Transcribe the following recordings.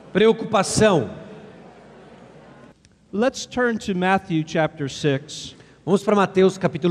Preocupação. Let's turn to Matthew chapter 6. Vamos para Mateus capítulo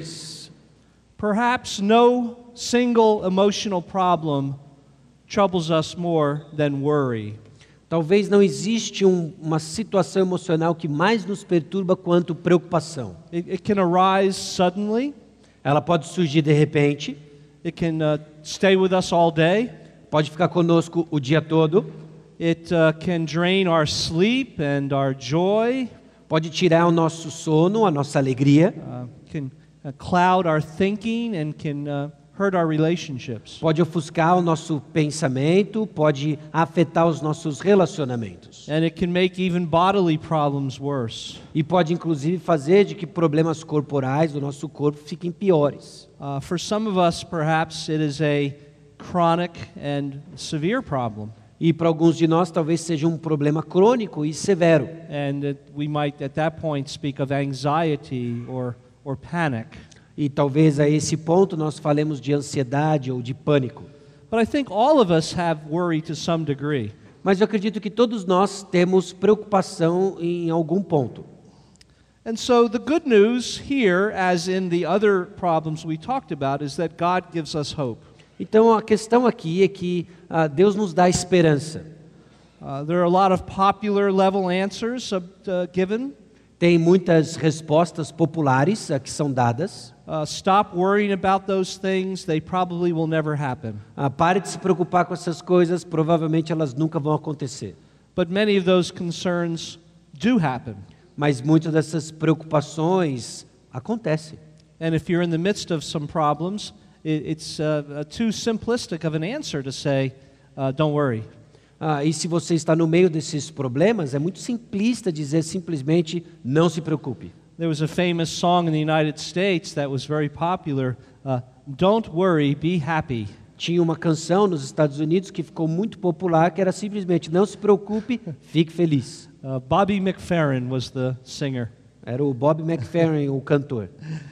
6. Perhaps no single emotional problem troubles us more than worry. Talvez não existe uma situação emocional que mais nos perturba quanto preocupação. It can arise suddenly. Ela pode surgir de repente, It can stay with us all day. pode ficar conosco o dia todo, It can drain our sleep and our joy. pode tirar o nosso sono, a nossa alegria, Can cloud our thinking and can hurt our relationships. pode ofuscar o nosso pensamento, pode afetar os nossos relacionamentos. And it can make even bodily problems worse. E pode inclusive fazer de que problemas corporais do nosso corpo fiquem piores. For some of us, perhaps it is a chronic and severe problem. E para alguns de nós talvez seja um problema crônico e severo. And we might at that point speak of anxiety or panic. E talvez a esse ponto nós falemos de ansiedade ou de pânico. But I think all of us have worry to some degree. Mas eu acredito que todos nós temos preocupação em algum ponto. And so the good news here, as in the other problems we talked about, is that God gives us hope. Então a questão aqui é que Deus nos dá esperança. There are a lot of popular level answers given. Tem muitas respostas populares que são dadas. Stop worrying about those things, they probably will never happen. Pare de se preocupar com essas coisas, provavelmente elas nunca vão acontecer. But many of those concerns do happen. Mas muitas dessas preocupações acontecem. And if you're in the midst of some problems, it's too simplistic of an answer to say, don't worry. E se você está no meio desses problemas, é muito simplista dizer simplesmente não se preocupe. There was a famous song in the United States that was very popular, Don't Worry, Be Happy. Tinha uma canção nos Estados Unidos que ficou muito popular, que era simplesmente não se preocupe, fique feliz. Bobby McFerrin was the singer. Era o Bob McFerrin, o cantor.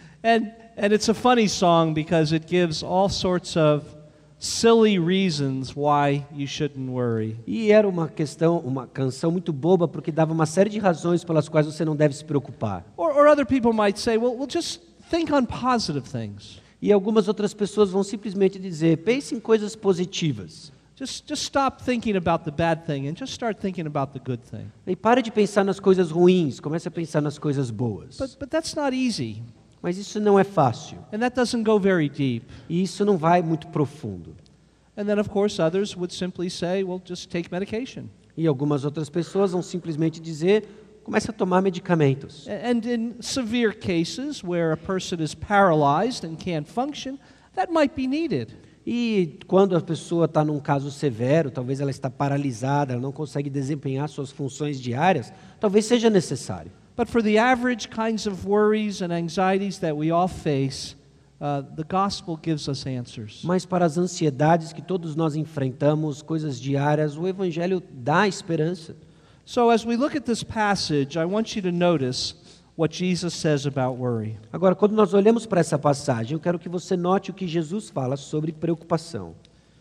And it's a funny song because it gives all sorts of silly reasons why you shouldn't worry. E era uma canção muito boba porque dava uma série de razões pelas quais você não deve se preocupar. Or other people might say, well, just think on positive things. E algumas outras pessoas vão simplesmente dizer, pense em coisas positivas. Just stop thinking about the bad thing and just start thinking about the good thing. E pare de pensar nas coisas ruins, comece a pensar nas coisas boas. But that's not easy. Mas isso não é fácil. And that doesn't go very deep. E isso não vai muito profundo. And then, of course, others would simply say, well, just take medication. E algumas outras pessoas vão simplesmente dizer, comece a tomar medicamentos. And in severe cases where a person is paralyzed and can't function, that might be needed. E quando a pessoa está num caso severo, talvez ela está paralisada, ela não consegue desempenhar suas funções diárias, talvez seja necessário. But for the average kinds of worries and anxieties that we all face, the gospel gives us answers. Mas para as ansiedades que todos nós enfrentamos, coisas diárias, o Evangelho dá esperança. So as we look at this passage, I want you to notice what Jesus says about worry. Agora, quando nós olhamos para essa passagem, eu quero que você note o que Jesus fala sobre preocupação.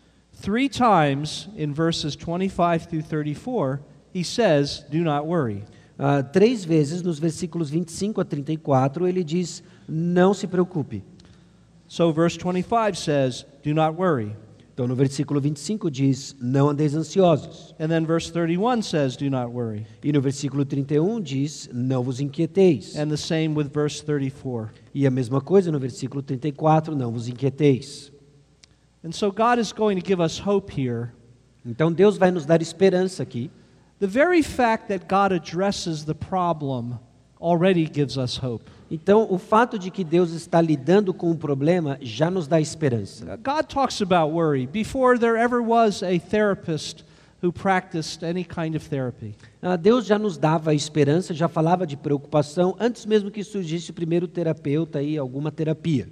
3 times in verses 25 through 34, he says, do not worry. 3 vezes nos versículos 25 a 34, ele diz, não se preocupe. So verse 25 says, do not worry. Então no versículo 25 diz, não andeis ansiosos. And then verse 31 says, do not worry. E no versículo 31 diz, não vos inquieteis. And the same with verse 34. E a mesma coisa no versículo 34, não vos inquieteis. And so God is going to give us hope here. Então Deus vai nos dar esperança aqui. The very fact that God addresses the problem already gives us hope. Então, o fato de que Deus está lidando com o problema já nos dá esperança. God talks about worry before there ever was a therapist who practiced any kind of therapy. Deus já nos dava esperança, já falava de preocupação antes mesmo que surgisse o primeiro terapeuta e alguma terapia.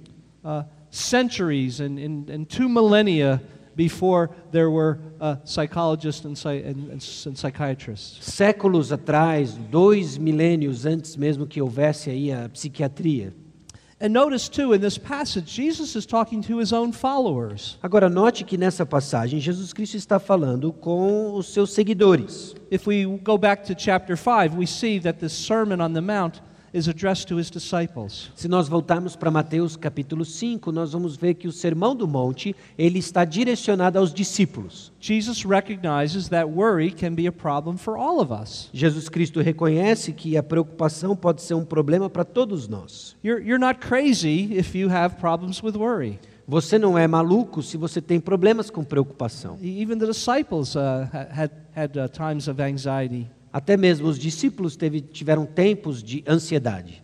Centuries and 2 millennia before there were psychologists and psychiatrists. Séculos atrás, 2 milênios antes mesmo que houvesse aí a psiquiatria. And notice too, in this passage, Jesus is talking to his own followers. Agora, note que nessa passagem, Jesus Cristo está falando com os seus seguidores. If we go back to chapter 5, we see that the Sermon on the Mount is addressed to his disciples. Se nós voltarmos para Mateus capítulo 5, nós vamos ver que o Sermão do Monte, ele está direcionado aos discípulos. Jesus recognizes that worry can be a problem for all of us. Jesus Cristo reconhece que a preocupação pode ser um problema para todos nós. You're not crazy if you have problems with worry. Você não é maluco se você tem problemas com preocupação. Even the disciples had times of anxiety. Até mesmo os discípulos tiveram tempos de ansiedade.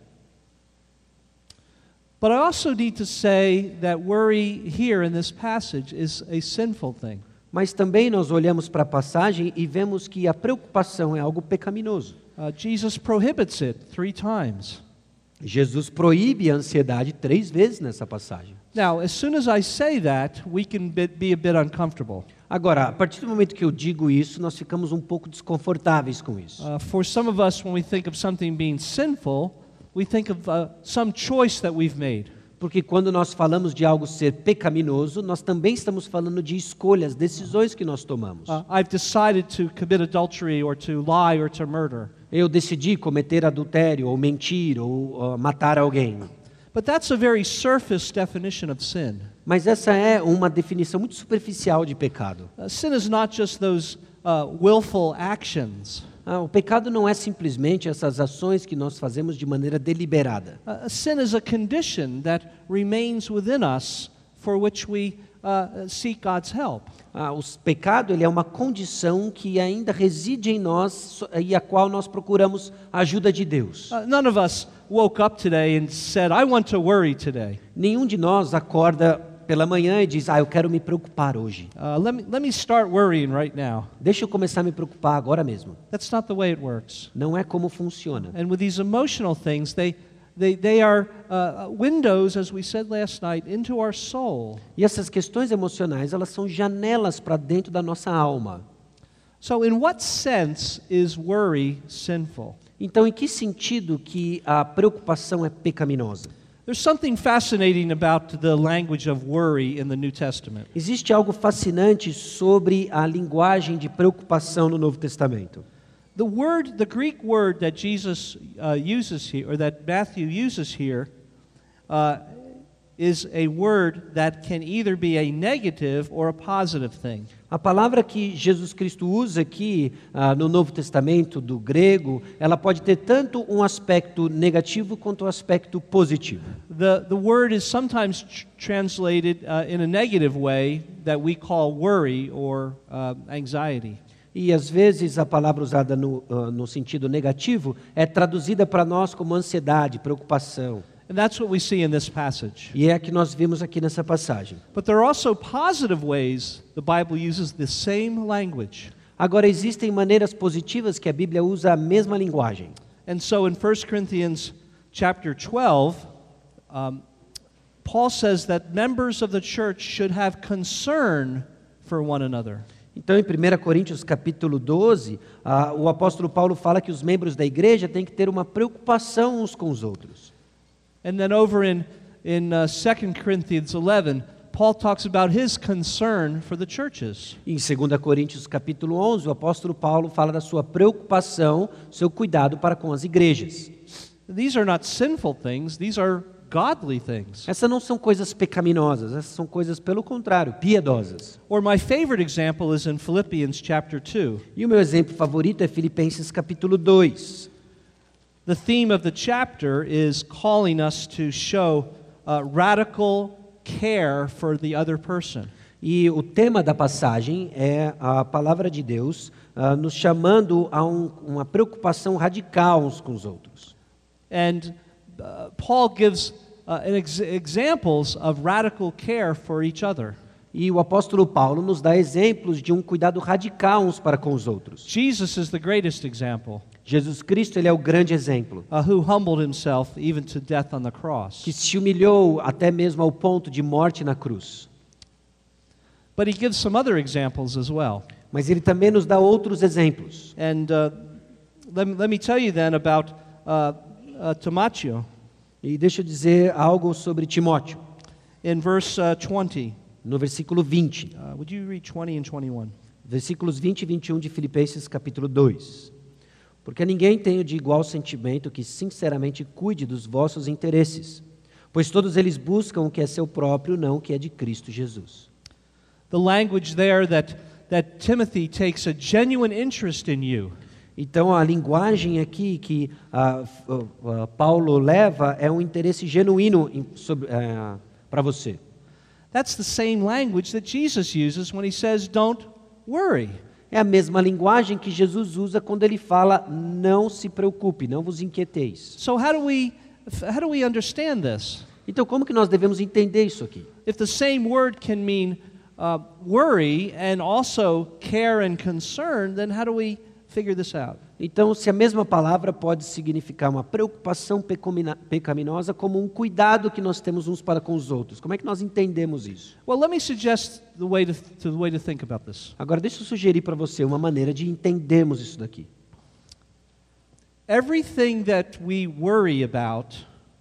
But I also need to say that worry here in this passage is a sinful thing. Mas também nós olhamos para a passagem e vemos que a preocupação é algo pecaminoso. Jesus prohibits it 3 times. Jesus proíbe a ansiedade 3 vezes nessa passagem. Now, as soon as I say that, we can be a bit uncomfortable. Agora, a partir do momento que eu digo isso, nós ficamos um pouco desconfortáveis com isso. For some of us, when we think of something being sinful, we think of some choice that we've made. Porque quando nós falamos de algo ser pecaminoso, nós também estamos falando de escolhas, decisões que nós tomamos. I've decided to commit adultery or to lie or to murder. Eu decidi cometer adultério, ou mentir, ou matar alguém. But that's a very surface definition of sin. Mas essa é uma definição muito superficial de pecado. Sin is not just those willful actions. O pecado não é simplesmente essas ações que nós fazemos de maneira deliberada. Sin is a condition that remains within us for which we seek God's help. O pecado ele é uma condição que ainda reside em nós e a qual nós procuramos a ajuda de Deus. None of us woke up today and said, I want to worry today. Nenhum de nós acorda pela manhã e diz, eu quero me preocupar hoje. Let me start worrying right now. Deixa eu começar a me preocupar agora mesmo. That's not the way it works. Não é como funciona. And with these emotional things, they are windows, as we said last night, into our soul. E essas questões emocionais, elas são janelas para dentro da nossa alma. So in what sense is worry sinful? Então, em que sentido que a preocupação é pecaminosa? There's something fascinating about the language of worry in the New Testament. Existe algo fascinante sobre a linguagem de preocupação no Novo Testamento. The Greek word that Jesus uses here, or that Matthew uses here, is a word that can either be a negative or a positive thing. A palavra que Jesus Cristo usa aqui no Novo Testamento, do grego, ela pode ter tanto um aspecto negativo quanto um aspecto positivo. The word is sometimes translated in a negative way that we call worry or anxiety. E às vezes a palavra usada no sentido negativo é traduzida para nós como ansiedade, preocupação. And that's what we see in this passage. E é a que nós vimos aqui nessa passagem. But there are also positive ways the Bible uses the same language. Agora existem maneiras positivas que a Bíblia usa a mesma linguagem. And so in 1 Corinthians chapter 12, Paul says that members of the church should have concern for one another. Então, em 1 Coríntios capítulo 12, o apóstolo Paulo fala que os membros da igreja têm que ter uma preocupação uns com os outros. And then over in 2 Corinthians 11, Paul talks about his concern for the churches. Em 2 Coríntios capítulo 11, o apóstolo Paulo fala da sua preocupação, seu cuidado para com as igrejas. These are not sinful things, these are godly things. Essas não são coisas pecaminosas, essas são coisas, pelo contrário, piedosas. Or my favorite example is in Philippians chapter 2. E o meu exemplo favorito é Filipenses capítulo 2. The theme of the chapter is calling us to show radical care for the other person. E o tema da passagem é a palavra de Deus nos chamando a uma preocupação radical uns com os outros. And Paul gives examples of radical care for each other. E o apóstolo Paulo nos dá exemplos de um cuidado radical uns para com os outros. Jesus is the greatest example. Jesus Cristo, ele é o grande exemplo. Who humbled himself even to death on the cross. Que se humilhou até mesmo ao ponto de morte na cruz. But he gives some other examples as well. Mas ele também nos dá outros exemplos. And let me tell you then about Timoteo. E deixa eu dizer algo sobre Timóteo, In verse 20, no versículo 20. would you read 20 and 21? Versículos 20 e 21 de Filipenses capítulo 2. Porque ninguém tem de igual sentimento que sinceramente cuide dos vossos interesses, pois todos eles buscam o que é seu próprio, não o que é de Cristo Jesus. The language there that Timothy takes a genuine interest in you. Então, a linguagem aqui que Paulo leva é um interesse genuíno para você. That's the same language that Jesus uses when he says, don't worry. É a mesma linguagem que Jesus usa quando ele fala, não se preocupe, não vos inquieteis. So how do we understand this? Então, como que nós devemos entender isso aqui? If the same word can mean worry and also care and concern, then how do we figure this out? Então, se a mesma palavra pode significar uma preocupação pecaminosa como um cuidado que nós temos uns para com os outros, como é que nós entendemos isso? Well, let me suggest the way to think about this. Agora, deixa eu sugerir para você uma maneira de entendermos isso daqui. Everything that we worry about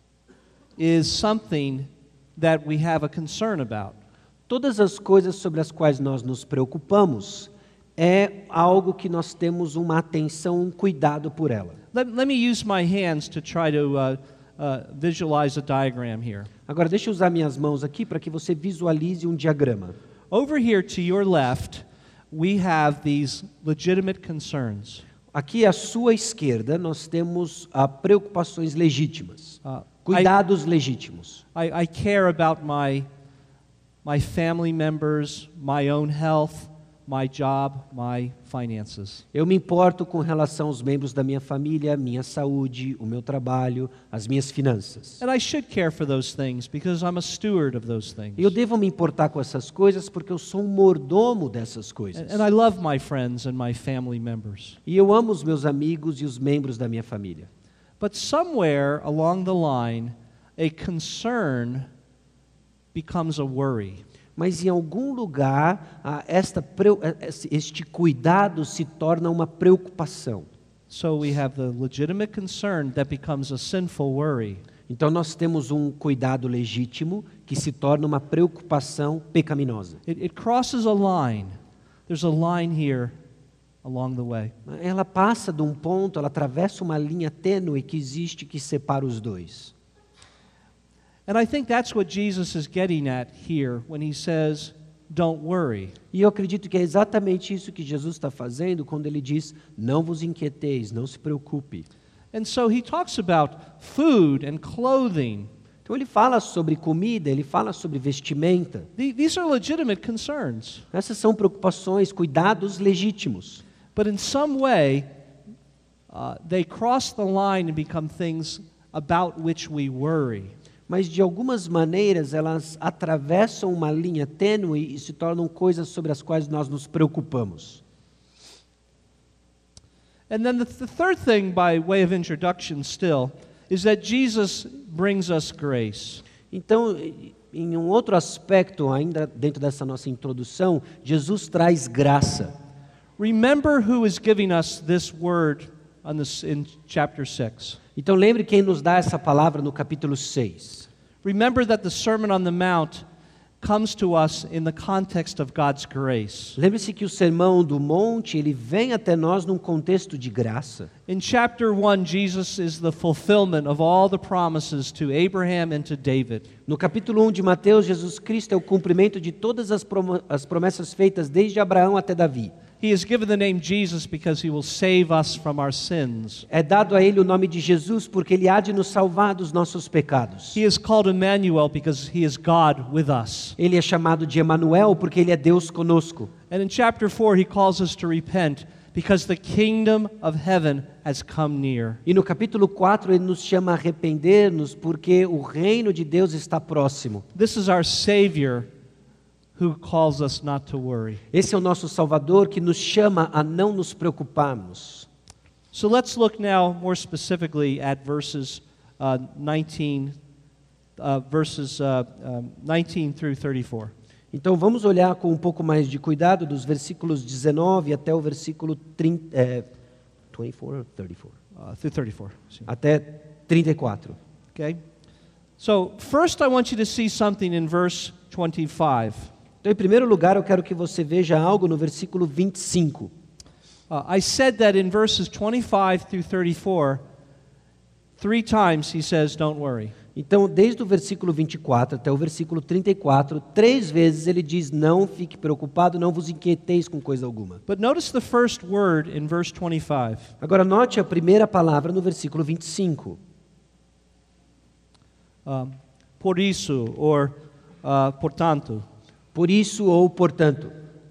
is something that we have a concern about. Todas as coisas sobre as quais nós nos preocupamos é algo que nós temos uma atenção, um cuidado por ela. Let me use my hands to try to visualize a diagram here. Agora, deixa eu usar minhas mãos aqui para que você visualize um diagrama. Over here to your left, we have these legitimate concerns. Aqui à sua esquerda, nós temos preocupações legítimas, cuidados legítimos. I care about my family members, my own health, my job, my finances. Eu me importo com relação aos membros da minha família, minha saúde, o meu trabalho, as minhas finanças. And I should care for those things because I'm a steward of those things. Eu devo me importar com essas coisas porque eu sou um mordomo dessas coisas. And I love my friends and my family members. E eu amo os meus amigos e os membros da minha família. But somewhere along the line, a concern becomes a worry. Mas em algum lugar, este cuidado se torna uma preocupação. So we have the legitimate concern that becomes a sinful worry. Então nós temos um cuidado legítimo que se torna uma preocupação pecaminosa. It crosses a line. There's a line here along the way. Ela passa de um ponto, ela atravessa uma linha tênue que existe que separa os dois. And I think that's what Jesus is getting at here when he says, don't worry. E eu acredito que é exatamente isso que Jesus está fazendo quando ele diz, não vos inquieteis, não se preocupe. And so he talks about food and clothing. Então ele fala sobre comida, ele fala sobre vestimenta. These are legitimate concerns. Essas são preocupações, cuidados legítimos. But in some way, they cross the line and become things about which we worry. Mas de algumas maneiras elas atravessam uma linha tênue e se tornam coisas sobre as quais nós nos preocupamos. And then the third thing, by way of introduction still, is that Jesus brings us grace. Então, em um outro aspecto, ainda dentro dessa nossa introdução, Jesus traz graça. Remember who is giving us this word in chapter 6. Então lembre quem nos dá essa palavra no capítulo 6. Remember that the Sermon on the Mount comes to us in the context of God's grace. Lembre-se que o Sermão do Monte, ele vem até nós num contexto de graça. In chapter 1, Jesus is the fulfillment of all the promises to Abraham and to David. No capítulo 1 de Mateus, Jesus Cristo é o cumprimento de todas as promessas feitas desde Abraão até Davi. He is given the name Jesus because he will save us from our sins. É dado a ele o nome de Jesus porque ele há de nos salvar dos nossos pecados. He is called Emmanuel because he is God with us. Ele é chamado de Emanuel porque ele é Deus conosco. And in chapter 4 he calls us to repent because the kingdom of heaven has come near. E no capítulo 4 ele nos chama a arrepender-nos porque o reino de Deus está próximo. This is our Savior who calls us not to worry. Esse é o nosso Salvador que nos chama a não nos preocuparmos. So let's look now more specifically at verses 19 through 34. Então vamos olhar com um pouco mais de cuidado dos versículos 19 até o versículo 34. até 34. Okay? So, first I want you to see something in verse 25. Então, em primeiro lugar, eu quero que você veja algo no versículo 25. I said that in verses 25 through 34, 3 times he says, don't worry. Então, desde o versículo 24 até o versículo 34, 3 vezes ele diz, não fique preocupado, não vos inquieteis com coisa alguma. But notice the first word in verse 25. Agora, note a primeira palavra no versículo 25. Por isso, or portanto. Por isso ou portanto.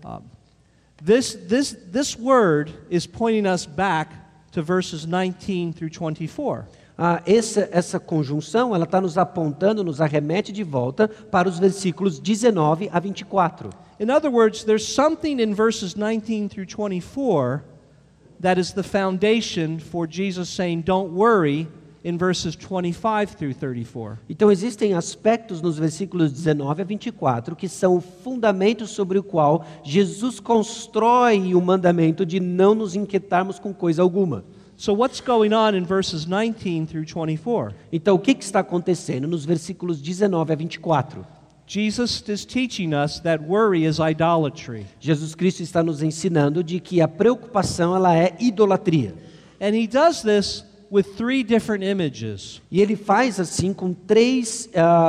This word is pointing us back to verses 19 through 24. Essa conjunção, ela está nos apontando, nos arremete de volta para os versículos 19 a 24. In other words, there's something in verses 19 through 24 that is the foundation for Jesus saying, don't worry, in verses 25 through 34. Então existem aspectos nos versículos 19 a 24 que são o fundamento sobre o qual Jesus constrói o mandamento de não nos inquietarmos com coisa alguma. So what's going on in verses 19 through 24? Então o que está acontecendo nos versículos 19 a 24? Jesus is teaching us that worry is idolatry. Jesus Cristo está nos ensinando de que a preocupação ela é idolatria. And he does this with 3 different images. E ele faz assim com 3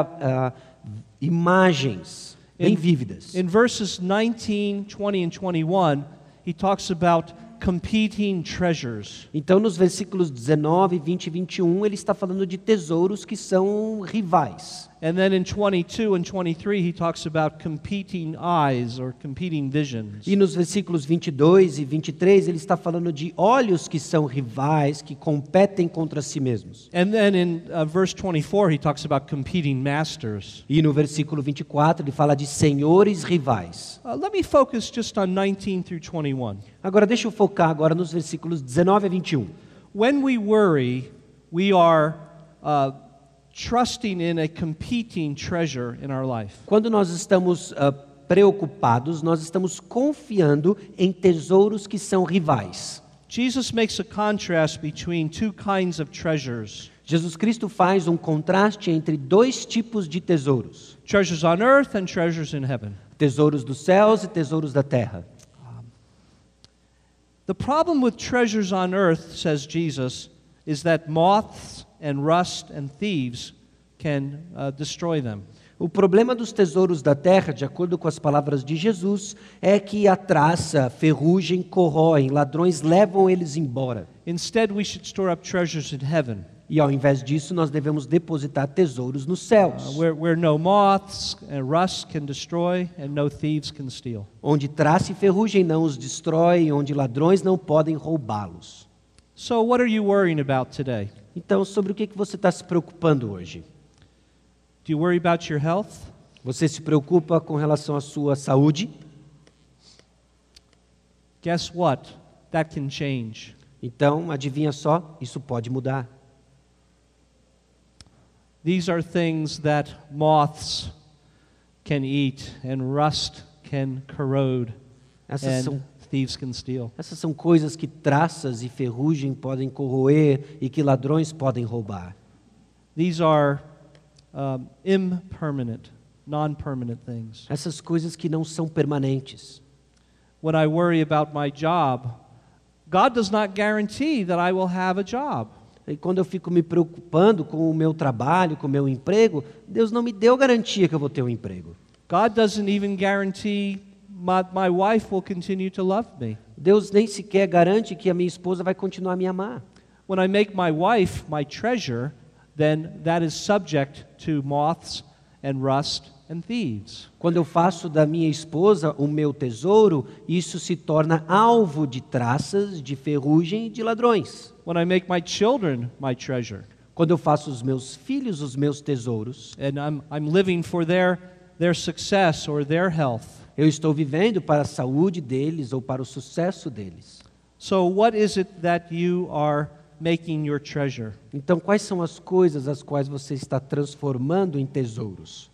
imagens bem vívidas. In verses 19, 20 and 21, he talks about competing treasures. Então nos versículos 19, 20 e 21, ele está falando de tesouros que são rivais. And then in 22 and 23 he talks about competing eyes or competing visions. E nos versículos 22 e 23, ele está falando de olhos que são rivais, que competem contra si mesmos. And then in verse 24 he talks about competing masters. E no versículo 24, ele fala de senhores rivais. Let me focus just on 19 through 21. Agora deixa eu focar agora nos versículos 19 a 21. When we worry, we are trusting in a competing treasure in our life. Quando nós estamos preocupados, nós estamos confiando em tesouros que são rivais. Jesus makes a contrast between 2 kinds of treasures. Jesus Cristo faz um contraste entre 2 tipos de tesouros. Treasures on earth and treasures in heaven. Tesouros dos céus e tesouros da terra. The problem with treasures on earth, says Jesus, is that moths and rust and thieves can destroy them. O problema dos tesouros da terra, de acordo com as palavras de Jesus, é que a traça, a ferrugem corroem, ladrões levam eles embora. Instead, we should store up treasures in heaven. E ao invés disso, nós devemos depositar tesouros nos céus, Where no moths and rust can destroy and no thieves can steal. onde traça e ferrugem não os destrói, onde ladrões não podem roubá-los. So what are you worrying about today? Então, sobre o que você está se preocupando hoje? Do you worry about your health? Você se preocupa com relação à sua saúde? Guess what? That can change. Então, adivinha só, isso pode mudar. These are things that moths can eat and rust can corrode and thieves can steal. Essas são coisas que traças e ferrugem podem corroer e que ladrões podem roubar. These are impermanent, non-permanent things. Essas coisas que não são permanentes. When I worry about my job, God does not guarantee that I will have a job. E quando eu fico me preocupando com o meu trabalho, com o meu emprego, Deus não me deu garantia que eu vou ter um emprego. God doesn't even guarantee my wife will continue to love me. Deus nem sequer garante que a minha esposa vai continuar a me amar. When I make my wife my treasure, then that is subject to moths and rust and thieves. Quando eu faço da minha esposa o meu tesouro, isso se torna alvo de traças, de ferrugem e de ladrões. When I make my children my treasure, Quando eu faço os meus filhos os meus tesouros, and I'm living for their success or their health. eu estou vivendo para a saúde deles ou para o sucesso deles. So what is it that you are making your treasure? Então, quais são as coisas as quais você está transformando em tesouros?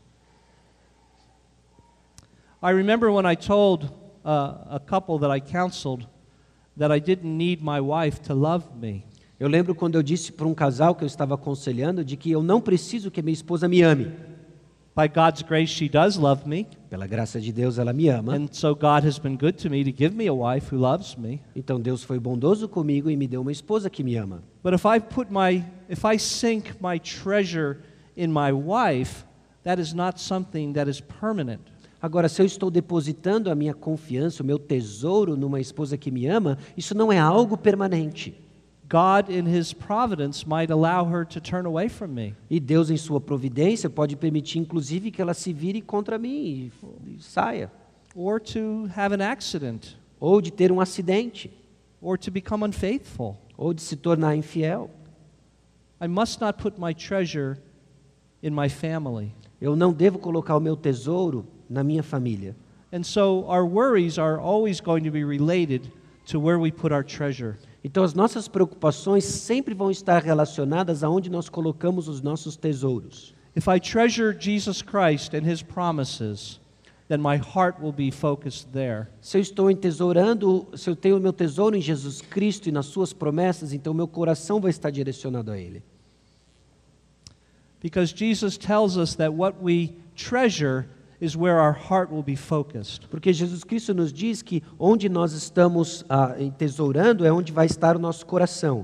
I remember when I told a couple that I counseled that I didn't need my wife to love me. Eu lembro quando eu disse para um casal que eu estava aconselhando de que eu não preciso que minha esposa me ame. By God's grace, she does love me. Pela graça de Deus, ela me ama. And so God has been good to me to give me a wife who loves me. Então Deus foi bondoso comigo e me deu uma esposa que me ama. But if I sink my treasure in my wife, that is not something that is permanent. Agora, se eu estou depositando a minha confiança, o meu tesouro numa esposa que me ama, isso não é algo permanente. God, in His providence, might allow her to turn away from me. E Deus, em sua providência, pode permitir, inclusive, que ela se vire contra mim e saia. Or to have an accident. Ou de ter um acidente. Or to become unfaithful. Ou de se tornar infiel. I must not put my treasure in my family. Eu não devo colocar o meu tesouro na minha família. And so our worries are always going to be related to where we put our treasure. Então as nossas preocupações sempre vão estar relacionadas aonde nós colocamos os nossos tesouros. If I treasure Jesus Christ and His promises, then my heart will be focused there. Se eu tenho o meu tesouro em Jesus Cristo e nas suas promessas, então meu coração vai estar direcionado a Ele. Because Jesus tells us that what we treasure is where our heart will be focused. Porque Jesus Cristo nos diz que onde nós estamos entesourando é onde vai estar o nosso coração.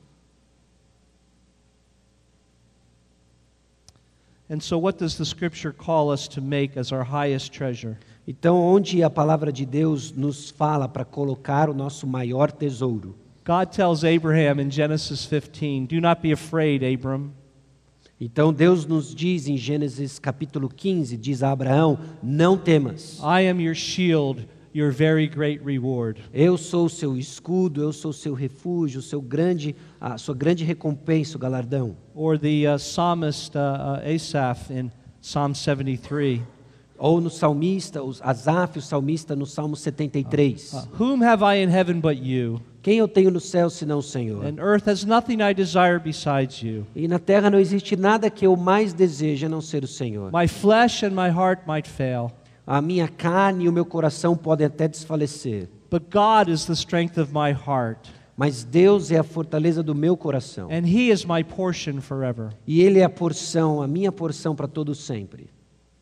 And so what does the scripture call us to make as our highest treasure? Então, onde a palavra de Deus nos fala para colocar o nosso maior tesouro? God tells Abraham in Genesis 15, "Do not be afraid, Abram." Então Deus nos diz em Gênesis capítulo 15, diz a Abraão, não temas. I am your shield, your very great reward. Eu sou o seu escudo, eu sou o seu refúgio, a sua grande recompensa, o galardão. Or the psalmist Asaph in Psalm 73. Ou no salmista, Asaf, o salmista no Salmo 73. Whom have I in heaven but you? Quem eu tenho no céu senão o Senhor? And earth has nothing I desire besides you. E na terra não existe nada que eu mais deseje a não ser o Senhor. My flesh and my heart might fail. A minha carne e o meu coração podem até desfalecer. But God is the strength of my heart. Mas Deus é a fortaleza do meu coração. And He is my portion forever. E Ele é a minha porção para todo sempre.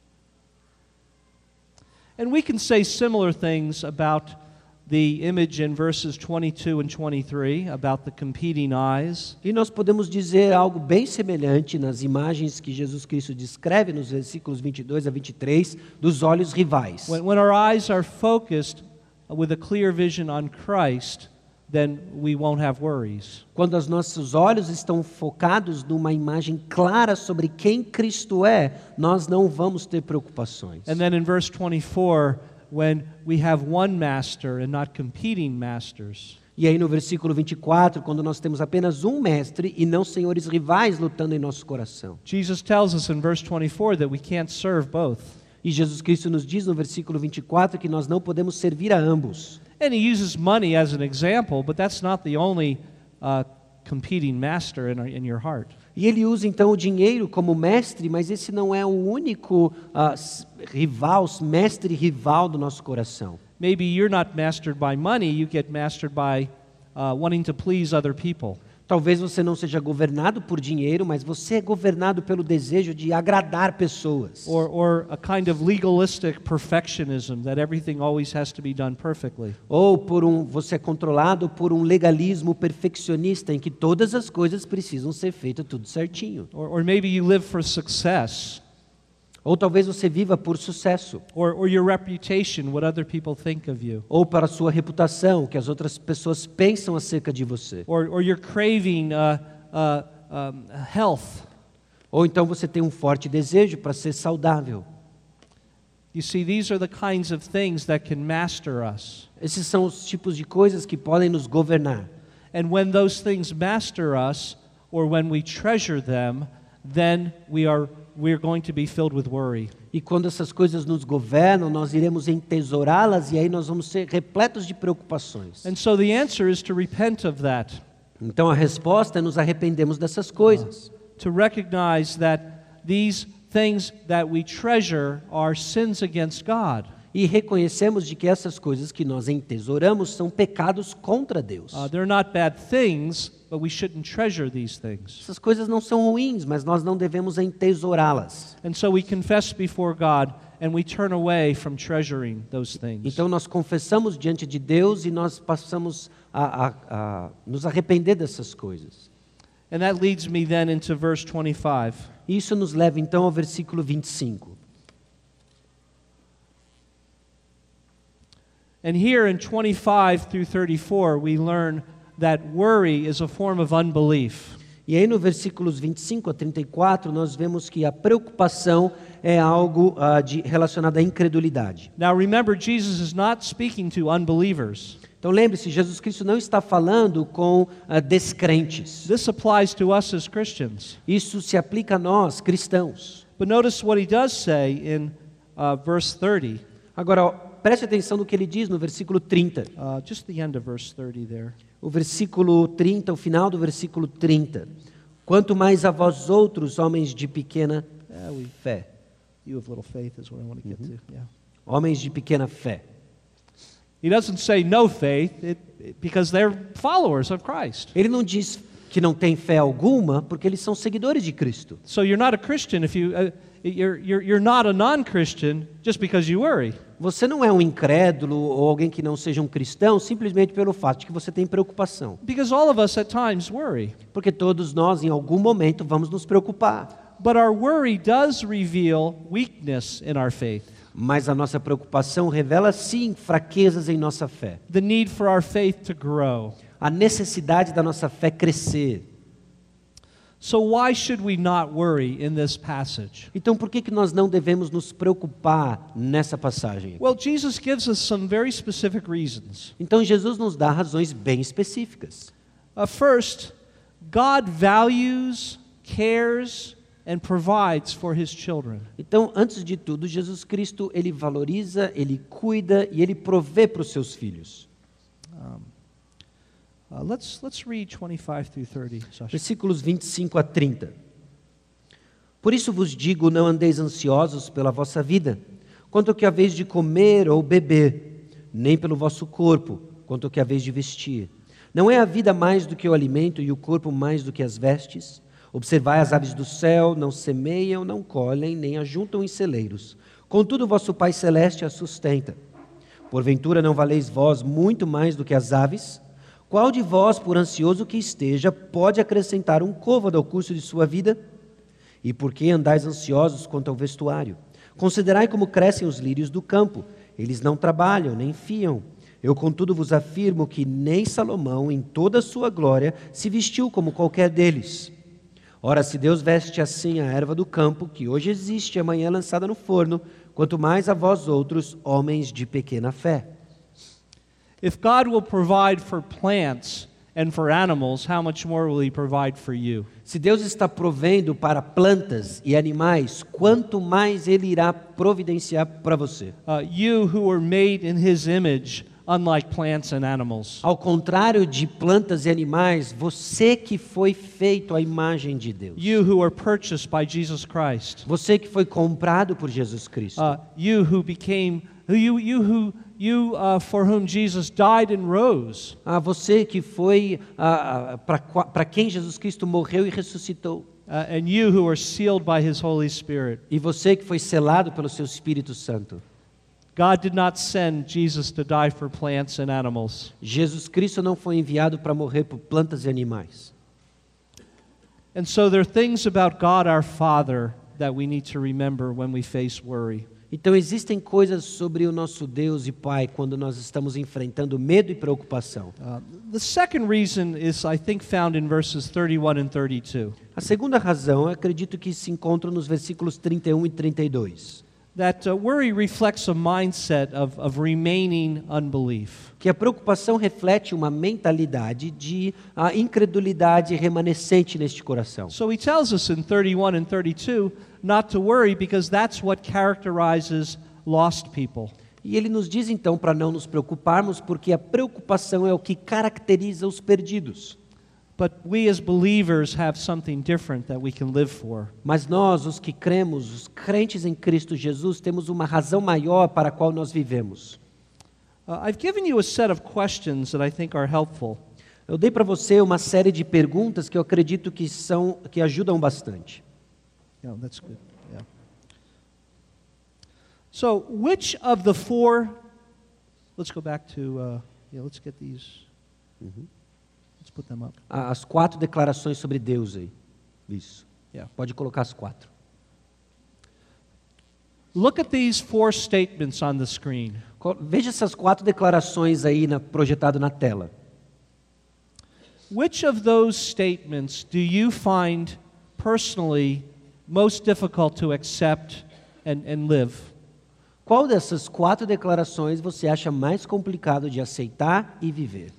And we can say similar things about the image in verses 22 and 23 about the competing eyes. E nós podemos dizer algo bem semelhante nas imagens que Jesus Cristo descreve nos versículos 22 a 23 dos olhos rivais. When our eyes are focused with a clear vision on Christ, then we won't have worries. Quando os nossos olhos estão focados numa imagem clara sobre quem Cristo é, nós não vamos ter preocupações. And then in verse 24, when we have one master and not competing masters. E aí no versículo 24, quando nós temos apenas um mestre e não senhores rivais lutando em nosso coração. Jesus tells us in verse 24 that we can't serve both. E Jesus Cristo nos diz no versículo 24 que nós não podemos servir a ambos. And He uses money as an example, but that's not the only competing master in your heart. E ele usa então o dinheiro como mestre, mas esse não é o único mestre rival do nosso coração. Maybe you're not mastered by money, you get mastered by wanting to please other people. Talvez você não seja governado por dinheiro, mas você é governado pelo desejo de agradar pessoas. Or a kind of legalistic perfectionism that everything always has to be done perfectly. Ou você é controlado por um legalismo perfeccionista em que todas as coisas precisam ser feitas tudo certinho. Or maybe you live for success. Ou talvez você viva por sucesso. Or your reputation, what other people think of you. Ou para a sua reputação, o que as outras pessoas pensam acerca de você. Or you're craving health. Ou então você tem um forte desejo para ser saudável. You see, these are the kinds of things that can master us. Esses são os tipos de coisas que podem nos governar. And when those things master us, or when we treasure them, then we're going to be filled with worry. E quando essas coisas nos governam, nós iremos entesourá-las e aí nós vamos ser repletos de preocupações. And so the answer is to repent of that. Então a resposta é nos arrependemos dessas coisas. To recognize that these things that we treasure are sins against God. E reconhecemos de que essas coisas que nós entesouramos são pecados contra Deus. They're not bad things, but we shouldn't treasure these things. Essas coisas não são ruins, mas nós não devemos entesourá-las. And so we confess before God and we turn away from treasuring those things. Então nós confessamos diante de Deus e nós passamos a nos arrepender dessas coisas. And that leads me then into verse 25. Isso nos leva então ao versículo 25. And here in 25 through 34 we learn that worry is a form of unbelief. E aí no versículos 25 a 34 nós vemos que a preocupação é algo relacionado à incredulidade. Now remember, Jesus is not speaking to unbelievers. Então lembre-se, Jesus Cristo não está falando com descrentes. This applies to us as Christians. Isso se aplica a nós, cristãos. But notice what he does say in verse 30. Agora, preste atenção no que ele diz no versículo 30. Just the end of verse 30 there. O versículo 30, o final do versículo 30. Quanto mais a vós outros, homens de pequena fé. You of little faith is what I want to get to. Yeah. Homens de pequena fé. He doesn't say no faith because they're followers of Christ. Ele não diz que não tem fé alguma, porque eles são seguidores de Cristo. So you're not a Christian if you're not a non-Christian just because you worry. Você não é um incrédulo ou alguém que não seja um cristão simplesmente pelo fato de que você tem preocupação. Because all of us at times worry. Porque todos nós em algum momento vamos nos preocupar. But our worry does reveal weakness in our faith. Mas a nossa preocupação revela sim fraquezas em nossa fé. The need for our faith to grow. A necessidade da nossa fé crescer. So why should we not worry in this passage? Então por que nós não devemos nos preocupar nessa passagem? Well, Jesus gives us some very specific reasons. Então Jesus nos dá razões bem específicas. First, God values, cares, and provides for his children. Então, antes de tudo, Jesus Cristo, ele valoriza, ele cuida e ele provê para os seus filhos. Let's read 25 through 30. Sasha. Versículos 25 a 30. Por isso vos digo, não andeis ansiosos pela vossa vida, quanto ao que haveis de comer ou beber, nem pelo vosso corpo, quanto ao que haveis de vestir. Não é a vida mais do que o alimento e o corpo mais do que as vestes? Observai as aves do céu, não semeiam, não colhem, nem ajuntam em celeiros. Contudo, vosso Pai Celeste as sustenta. Porventura não valeis vós muito mais do que as aves? Qual de vós, por ansioso que esteja, pode acrescentar um côvado ao curso de sua vida? E por que andais ansiosos quanto ao vestuário? Considerai como crescem os lírios do campo. Eles não trabalham, nem fiam. Eu, contudo, vos afirmo que nem Salomão, em toda a sua glória, se vestiu como qualquer deles. Ora, se Deus veste assim a erva do campo, que hoje existe e amanhã é lançada no forno, quanto mais a vós outros, homens de pequena fé. If God will provide for plants and for animals, how much more will he provide for you? Se Deus está provendo para plantas e animais, quanto mais Ele irá providenciar para você. You who were made in his image, unlike plants and animals. Ao contrário de plantas e animais, você que foi feito à imagem de Deus. You who were purchased by Jesus Christ. Você que foi comprado por Jesus Cristo. You who became for whom Jesus died and rose. Você que foi para quem Jesus Cristo morreu e ressuscitou. And you who are sealed by his Holy Spirit. E você que foi selado pelo seu Espírito Santo. God did not send Jesus to die for plants and animals. Jesus Cristo não foi enviado para morrer por plantas e animais. And so there are things about God our Father that we need to remember when we face worry. Então existem coisas sobre o nosso Deus e Pai quando nós estamos enfrentando medo e preocupação. The second reason is, I think, found in verses 31 and 32. A segunda razão, eu acredito que se encontra nos versículos 31 e 32. That worry reflects a mindset of remaining unbelief. Que a preocupação reflete uma mentalidade de incredulidade remanescente neste coração. So he tells us in 31 and 32 not to worry because that's what characterizes lost people. E ele nos diz então para não nos preocuparmos porque a preocupação é o que caracteriza os perdidos. But we as believers have something different that we can live for. Mas nós, os que cremos, os crentes em Cristo Jesus, temos uma razão maior para a qual nós vivemos. I've given you a set of questions that I think are helpful. Eu dei para você uma série de perguntas que eu acredito que ajudam bastante. Yeah, that's good. Yeah. So, which of the four? Let's go back to. Let's get these. Let's put them up. As 4 declarações sobre Deus aí. Isso. Yeah. Pode colocar as 4. Look at these 4 statements on the screen. Veja essas 4 declarações aí projetado na tela. Which of those statements do you find personally most difficult to accept and live? Qual dessas 4 declarações você acha mais complicado de aceitar e viver?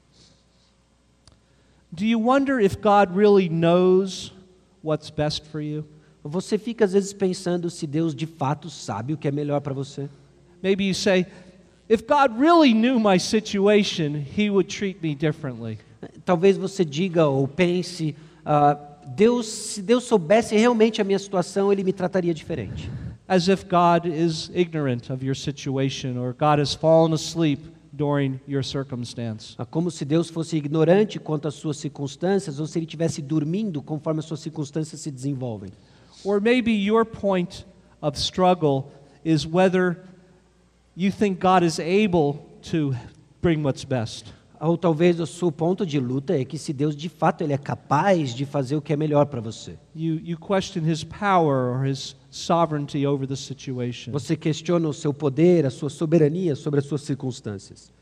Do you wonder if God really knows what's best for you? Você fica às vezes pensando se Deus de fato sabe o que é melhor para você. Maybe you say, if God really knew my situation, He would treat me differently. Talvez você diga ou pense, se Deus soubesse realmente a minha situação, Ele me trataria diferente. As if God is ignorant of your situation or God has fallen asleep during your circumstance. Como se Deus fosse ignorante quanto às suas circunstâncias ou se Ele estivesse dormindo conforme as suas circunstâncias se desenvolvem. Or maybe your point of struggle is whether you think God is able to bring what's best. Ou talvez o seu ponto de luta é que se Deus de fato Ele é capaz de fazer o que é melhor para você. You question His power or His sovereignty over the situation. Você questiona o seu poder, a sua soberania sobre as suas circunstâncias.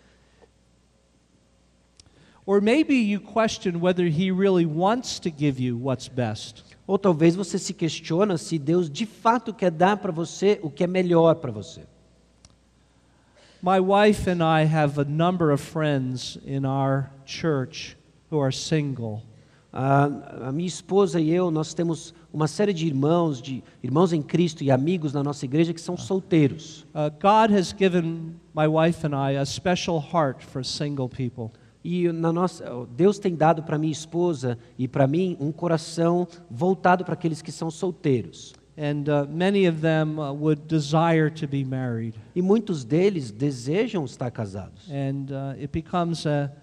Or maybe you question whether He really wants to give you what's best. Ou talvez você se questiona se Deus de fato quer dar para você o que é melhor para você. My wife and I have a number of friends in our church who are single. A minha esposa e eu, nós temos uma série de irmãos em Cristo e amigos na nossa igreja que são solteiros. God has given my wife and I a special heart for single people. E Deus tem dado para minha esposa e para mim um coração voltado para aqueles que são solteiros. And many of them would desire to be married. E muitos deles desejam estar casados. And it becomes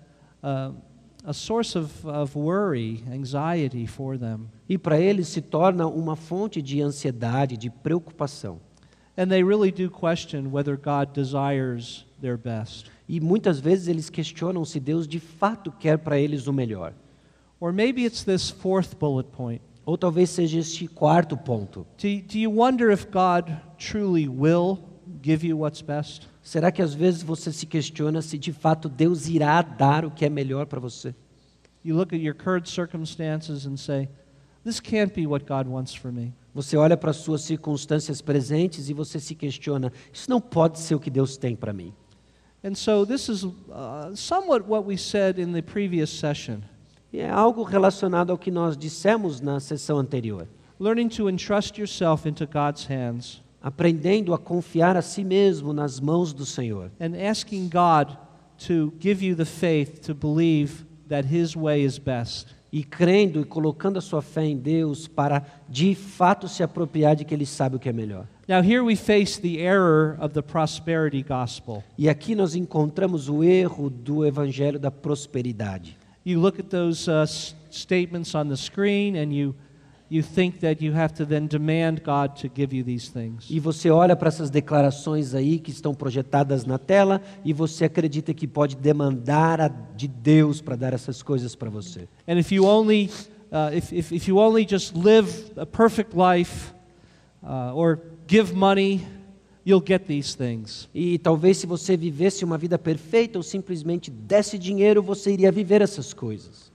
a source of worry, anxiety for them. E para eles se torna uma fonte de ansiedade, de preocupação. And they really do question whether God desires their best. E muitas vezes eles questionam se Deus de fato quer para eles o melhor. Or maybe it's this 4th bullet point. Ou talvez seja este 4º ponto. Do you wonder if God truly will give you what's best? Será que às vezes você se questiona se de fato Deus irá dar o que é melhor para você? You look at your current circumstances and say, this can't be what God wants for me. Você olha para as suas circunstâncias presentes e você se questiona, isso não pode ser o que Deus tem para mim. And so this is somewhat what we said in the previous session. E é algo relacionado ao que nós dissemos na sessão anterior. Learning to entrust yourself into God's hands. Aprendendo a confiar a si mesmo nas mãos do Senhor. And asking God to give you the faith to believe that His way is best. E crendo e colocando a sua fé em Deus para de fato se apropriar de que Ele sabe o que é melhor. Now here we face the error of the prosperity gospel. E aqui nós encontramos o erro do evangelho da prosperidade. You look at those statements on the screen and you think that you have to then demand God to give you these things. E você olha para essas declarações aí que estão projetadas na tela e você acredita que pode demandar de Deus para dar essas coisas para você. And if you only if you only just live a perfect life or give money, you'll get these things. E talvez se você vivesse uma vida perfeita ou simplesmente desse dinheiro, você iria viver essas coisas.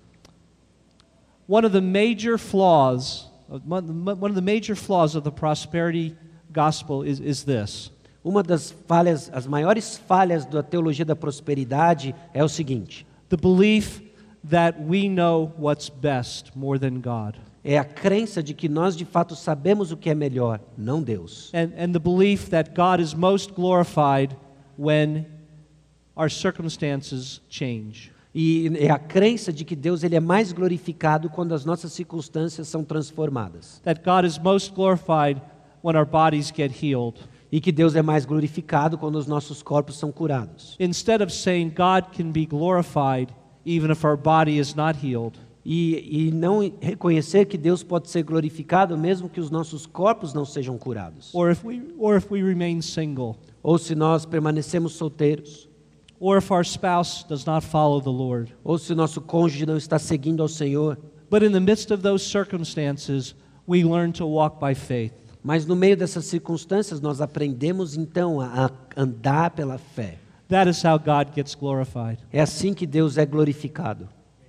One of the major flaws of the prosperity gospel is this. Uma das falhas, as maiores falhas da teologia da prosperidade é o seguinte: the belief that we know what's best more than God. É a crença de que nós de fato sabemos o que é melhor, não Deus. And the belief that God is most glorified when our circumstances change. E é a crença de que Deus ele é mais glorificado quando as nossas circunstâncias são transformadas. That God is most glorified when our bodies get healed. E que Deus é mais glorificado quando os nossos corpos são curados. Instead of saying God can be glorified even if our body is not healed. E não reconhecer que Deus pode ser glorificado mesmo que os nossos corpos não sejam curados. Or if we remain single. Ou se nós permanecemos solteiros. Or if our spouse does not follow the Lord. Ou se o nosso cônjuge não está seguindo ao Senhor. But in the midst of those circumstances, we learn to walk by faith. Mas no meio dessas circunstâncias, nós aprendemos então a andar pela fé. That is how God gets glorified. É assim que Deus é glorificado.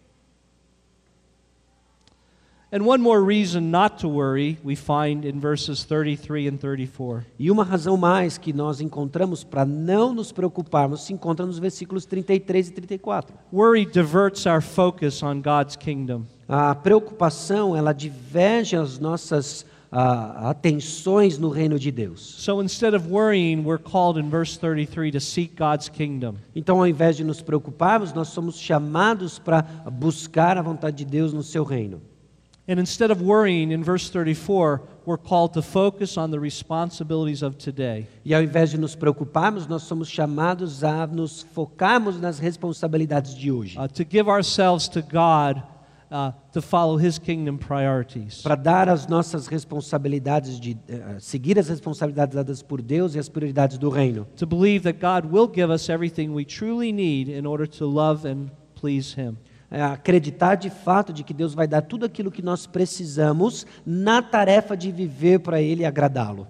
And one more reason not to worry we find in verses 33 and 34. E uma razão mais que nós encontramos para não nos preocuparmos se encontra nos versículos 33 e 34. Worry diverts our focus on God's kingdom. A preocupação, ela diverge as nossas atenções no reino de Deus. So instead of worrying, we're called in verse 33 to seek God's kingdom. Então, ao invés de nos preocuparmos, nós somos chamados para buscar a vontade de Deus no seu reino. And instead of worrying, in verse 34, we're called to focus on the responsibilities of today. E ao invés de nos preocuparmos, nós somos chamados a nos focarmos nas responsabilidades de hoje. To give ourselves to God to follow His kingdom priorities. Para dar as nossas responsabilidades, seguir as responsabilidades dadas por Deus e as prioridades do reino. To believe that God will give us everything we truly need in order to love and please Him. Acreditar de fato de que Deus vai dar tudo aquilo que nós precisamos na tarefa de viver para Ele e agradá-lo.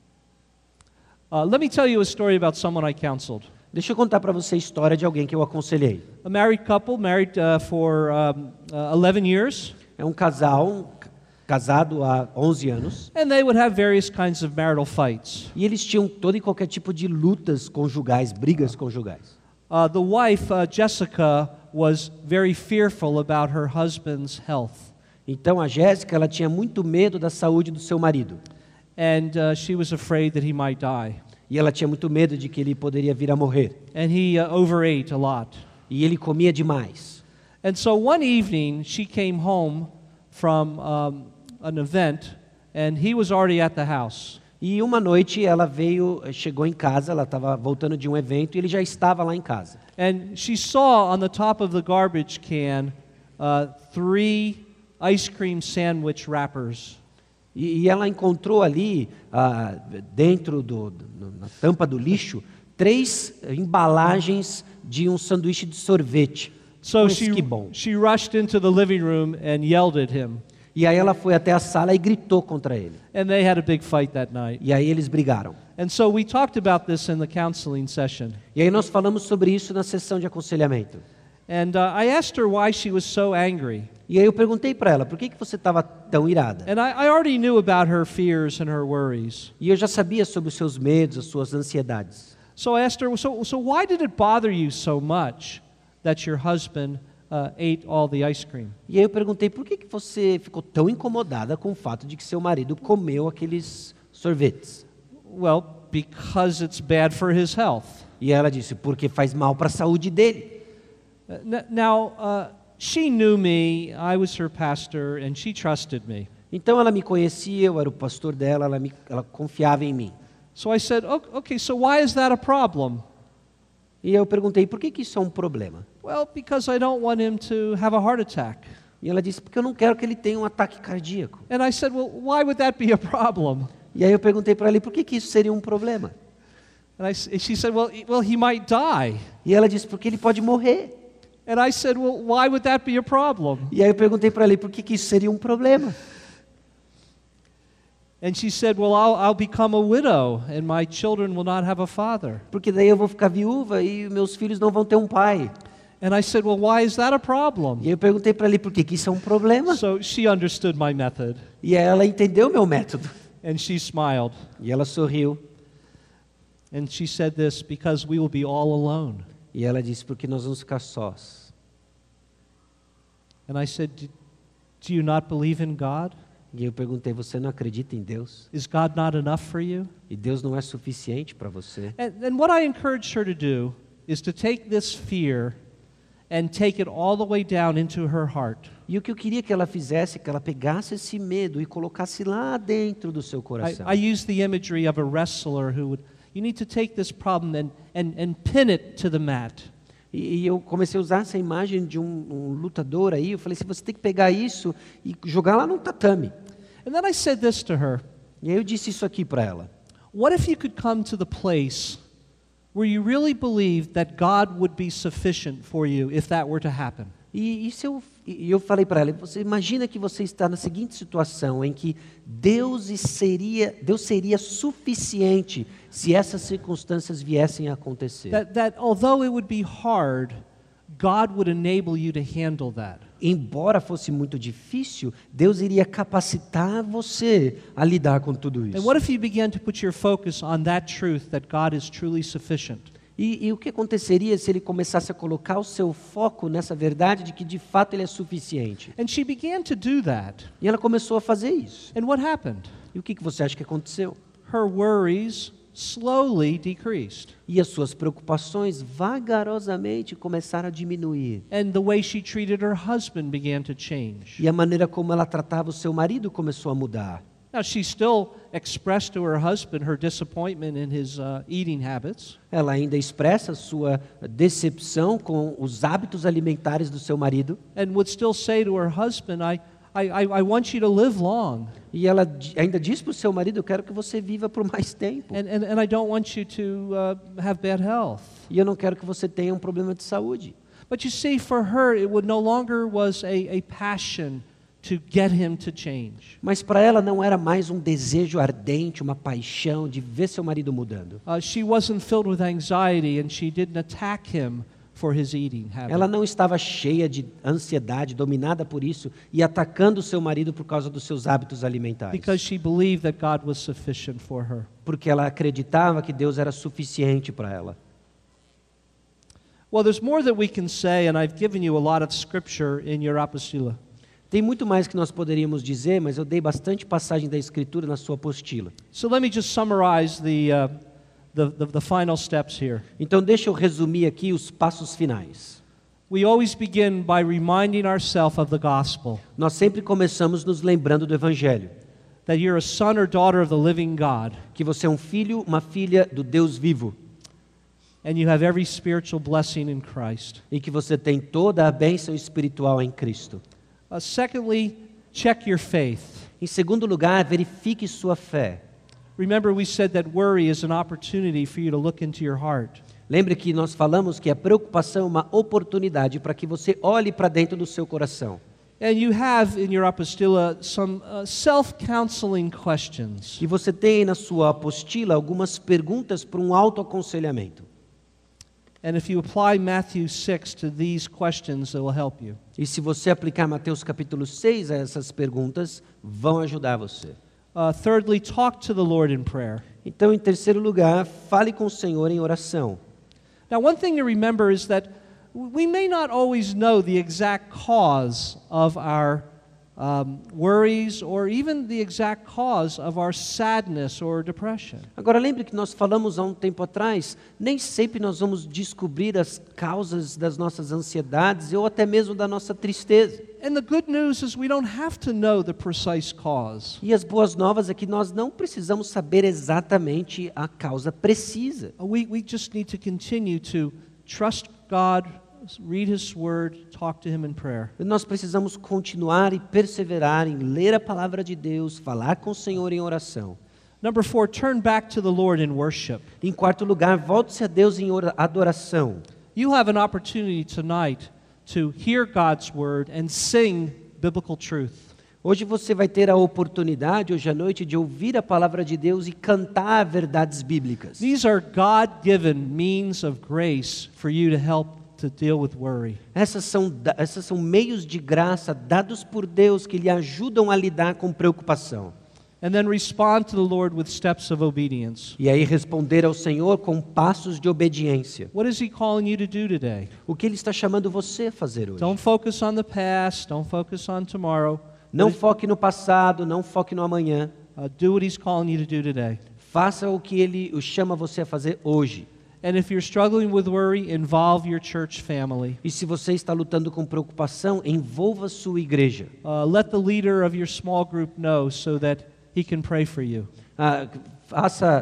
Let me tell you a story about someone I counseled. Deixa eu contar para você a história de alguém que eu aconselhei. A married couple, married for 11 years. É um casal casado há 11 anos. And they would have various kinds of marital fights. E eles tinham todo e qualquer tipo de lutas conjugais, brigas conjugais. The wife, Jessica, was very fearful about her husband's health. Então a Jéssica, ela tinha muito medo da saúde do seu marido. And she was afraid that he might die. E ela tinha muito medo de que ele poderia vir a morrer. And he overate a lot. E ele comia demais. And so one evening she came home from an event and he was already at the house. E uma noite ela chegou em casa, ela estava voltando de um evento e ele já estava lá em casa. And she saw on the top of the garbage can 3 ice cream sandwich wrappers. E ela encontrou ali, dentro na tampa do lixo, 3 embalagens de um sanduíche de sorvete. So Que bom. she rushed into the living room and yelled at him. E aí ela foi até a sala e gritou contra ele. And they had a big fight that night. E aí eles brigaram. And so we talked about this in the counseling session. E aí nós falamos sobre isso na sessão de aconselhamento. And I asked her why she was so angry. E aí eu perguntei para ela, por que você estava tão irada? And I already knew about her fears and her worries. E eu já sabia sobre os seus medos, as suas ansiedades. So I asked her, so why did it bother you so much that your husband ate all the ice cream? E aí eu perguntei, por que você ficou tão incomodada com o fato de que seu marido comeu aqueles sorvetes? Well, because it's bad for his health. E ela disse, porque faz mal para a saúde dele. Now, she knew me, I was her pastor, and she trusted me. Então ela me conhecia, eu era o pastor dela, ela confiava em mim. So I said, okay, so why is that a problem? E eu perguntei, por que isso é um problema? Well, because I don't want him to have a heart attack. E ela disse, porque eu não quero que ele tenha um ataque cardíaco. And I said, well, why would that be a problem? E aí eu perguntei para ela, por que isso seria um problema? And she said, well, he might die. E ela disse, porque ele pode morrer. And I said, well, why would that be a problem? E aí eu perguntei para ela, por que isso seria um problema? And she said, well, I'll become a widow and my children will not have a father. Porque daí eu vou ficar viúva e meus filhos não vão ter um pai. And I said, well, why is that a problem? E eu perguntei para ela, por que isso é um problema? So she understood my method. E aí ela entendeu o meu método. And she smiled. E ela sorriu. And she said this, because we will be all alone. E ela disse, porque nós vamos ficar sós. And I said, do you not believe in God? E eu perguntei, você não acredita em Deus? Is God not enough for you? E Deus não é suficiente para você? And what I encouraged her to do is to take this fear and take it all the way down into her heart. E o que eu queria que ela fizesse, que ela pegasse esse medo e colocasse lá dentro do seu coração. I used the imagery of a wrestler who would, you need to take this problem and pin it to the mat. E eu comecei a usar essa imagem de um lutador aí. Eu falei assim, você tem que pegar isso e jogar lá no tatame. And then I said this to her. E aí eu disse isso aqui para ela. What if you could come to the place where you really believed that God would be sufficient for you if that were to happen? E eu falei para ela, você imagina que você está na seguinte situação, em que Deus seria suficiente se essas circunstâncias viessem a acontecer. That although it would be hard, God would enable you to handle that. Embora fosse muito difícil, Deus iria capacitar você a lidar com tudo And isso. what if you began to put your focus on that truth that God is truly sufficient? E o que aconteceria se ele começasse a colocar o seu foco nessa verdade de que de fato ele é suficiente? And she began to do that. E ela começou a fazer isso. And what happened? E o que você acha que aconteceu? Her worries slowly decreased. E as suas preocupações vagarosamente começaram a diminuir. And the way she treated her husband began to change. E a maneira como ela tratava o seu marido começou a mudar. Now, she still expressed to her husband her disappointment in his eating habits. Ela ainda expressa sua decepção com os hábitos alimentares do seu marido. And would still say to her husband, I want you to live long. E ela ainda diz para o seu marido, eu quero que você viva por mais tempo. And I don't want you to have bad health. E eu não quero que você tenha um problema de saúde. But you see, for her, it would no longer was a passion to get him to change. Mas para ela não era mais um desejo ardente, uma paixão de ver seu marido mudando. She wasn't filled with anxiety, and she didn't attack him for his eating habit. Ela não estava cheia de ansiedade, dominada por isso, e atacando seu marido por causa dos seus hábitos alimentares. Because she believed that God was sufficient for her. Porque ela acreditava que Deus era suficiente para ela. Well, there's more that we can say, and I've given you a lot of scripture in your apostila. Tem muito mais que nós poderíamos dizer, mas eu dei bastante passagem da Escritura na sua apostila. So let me just summarize the final steps here. Então deixa eu resumir aqui os passos finais. We always begin by reminding ourselves of the gospel, Nós sempre começamos nos lembrando do Evangelho. that you're a son or daughter of the living God, Que você é um filho, uma filha do Deus vivo. and you have every spiritual blessing in Christ. E que você tem toda a bênção espiritual em Cristo. Secondly, check your faith. Em segundo lugar, verifique sua fé. Remember, we said that worry is an opportunity for you to look into your heart. Lembre que nós falamos que a preocupação é uma oportunidade para que você olhe para dentro do seu coração. And you have in your apostila some self-counseling questions. E você tem na sua apostila algumas perguntas para um autoaconselhamento. And if you apply Matthew 6 to these questions, it will help you. E se você aplicar Mateus capítulo 6 a essas perguntas, vão ajudar você. Thirdly, talk to the Lord in prayer. Então, em terceiro lugar, fale com o Senhor em oração. Now, one thing to remember is that we may not always know the exact cause of our worries or even the exact cause of our sadness or depression. Agora, lembre que nós falamos há um tempo atrás, nem sempre nós vamos descobrir as causas das nossas ansiedades ou até mesmo da nossa tristeza. And the good news is we don't have to know the precise cause. E as boas novas é que nós não precisamos saber exatamente a causa precisa. We just need to continue to trust God, read His Word, talk to Him in prayer. Nós precisamos continuar e perseverar em ler a palavra de Deus, falar com o Senhor em oração. Number 4, turn back to the Lord in worship. Em quarto lugar, volte-se a Deus em adoração. You have an opportunity tonight to hear God's Word and sing biblical truth. Hoje você vai ter a oportunidade, hoje à noite, de ouvir a palavra de Deus e cantar verdades bíblicas. These are God-given means of grace for you to help to deal with worry. Essas são meios de graça dados por Deus que lhe ajudam a lidar com preocupação. And then respond to the Lord with steps of obedience. E aí responder ao Senhor com passos de obediência. What is He calling you to do today? O que Ele está chamando você a fazer hoje? Don't focus on the past, don't focus on tomorrow. Não foque no passado, não foque no amanhã. Do what He's calling you to do today. Faça o que Ele o chama você a fazer hoje. And if you're struggling with worry, involve your church family. E se você está lutando com preocupação, envolva sua igreja. Let the leader of your small group know so that he can pray for you.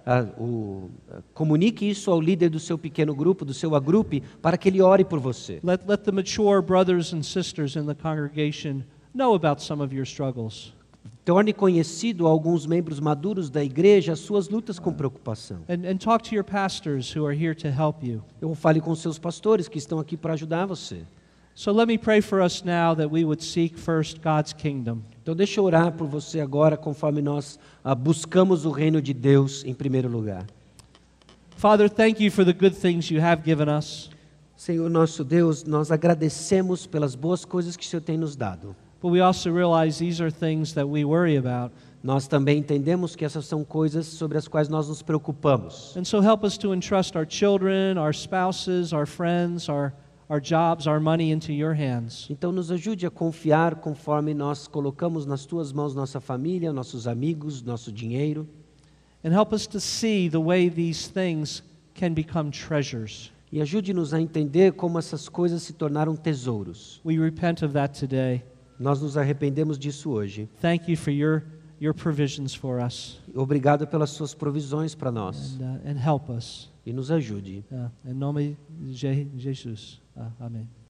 comunique isso ao líder do seu pequeno grupo, do seu agrupe, para que ele ore por você. Let the mature brothers and sisters in the congregation know about some of your struggles. Torne conhecido a alguns membros maduros da igreja as suas lutas com preocupação. And talk to your pastors who are here to help you. Eu fale com seus pastores que estão aqui para ajudar você. So let me pray for us now that we would seek first God's kingdom. Então deixa eu orar por você agora, conforme nós buscamos o reino de Deus em primeiro lugar. Father, thank you for the good things you have given us. Senhor nosso Deus, nós agradecemos pelas boas coisas que o Senhor tem nos dado. But we also realize these are things that we worry about. Nós também entendemos que essas são coisas sobre as quais nós nos preocupamos. And so help us to entrust our children, our spouses, our friends, our jobs, our money into your hands. Então nos ajude a confiar conforme nós colocamos nas tuas mãos nossa família, nossos amigos, nosso dinheiro. And help us to see the way these things can become treasures. E ajude-nos a entender como essas coisas se tornaram tesouros. We repent of that today. Nós nos arrependemos disso hoje. Thank you for your provisions for us. Obrigado pelas suas provisões para nós. And help us. E nos ajude. Em nome de Jesus. Amém.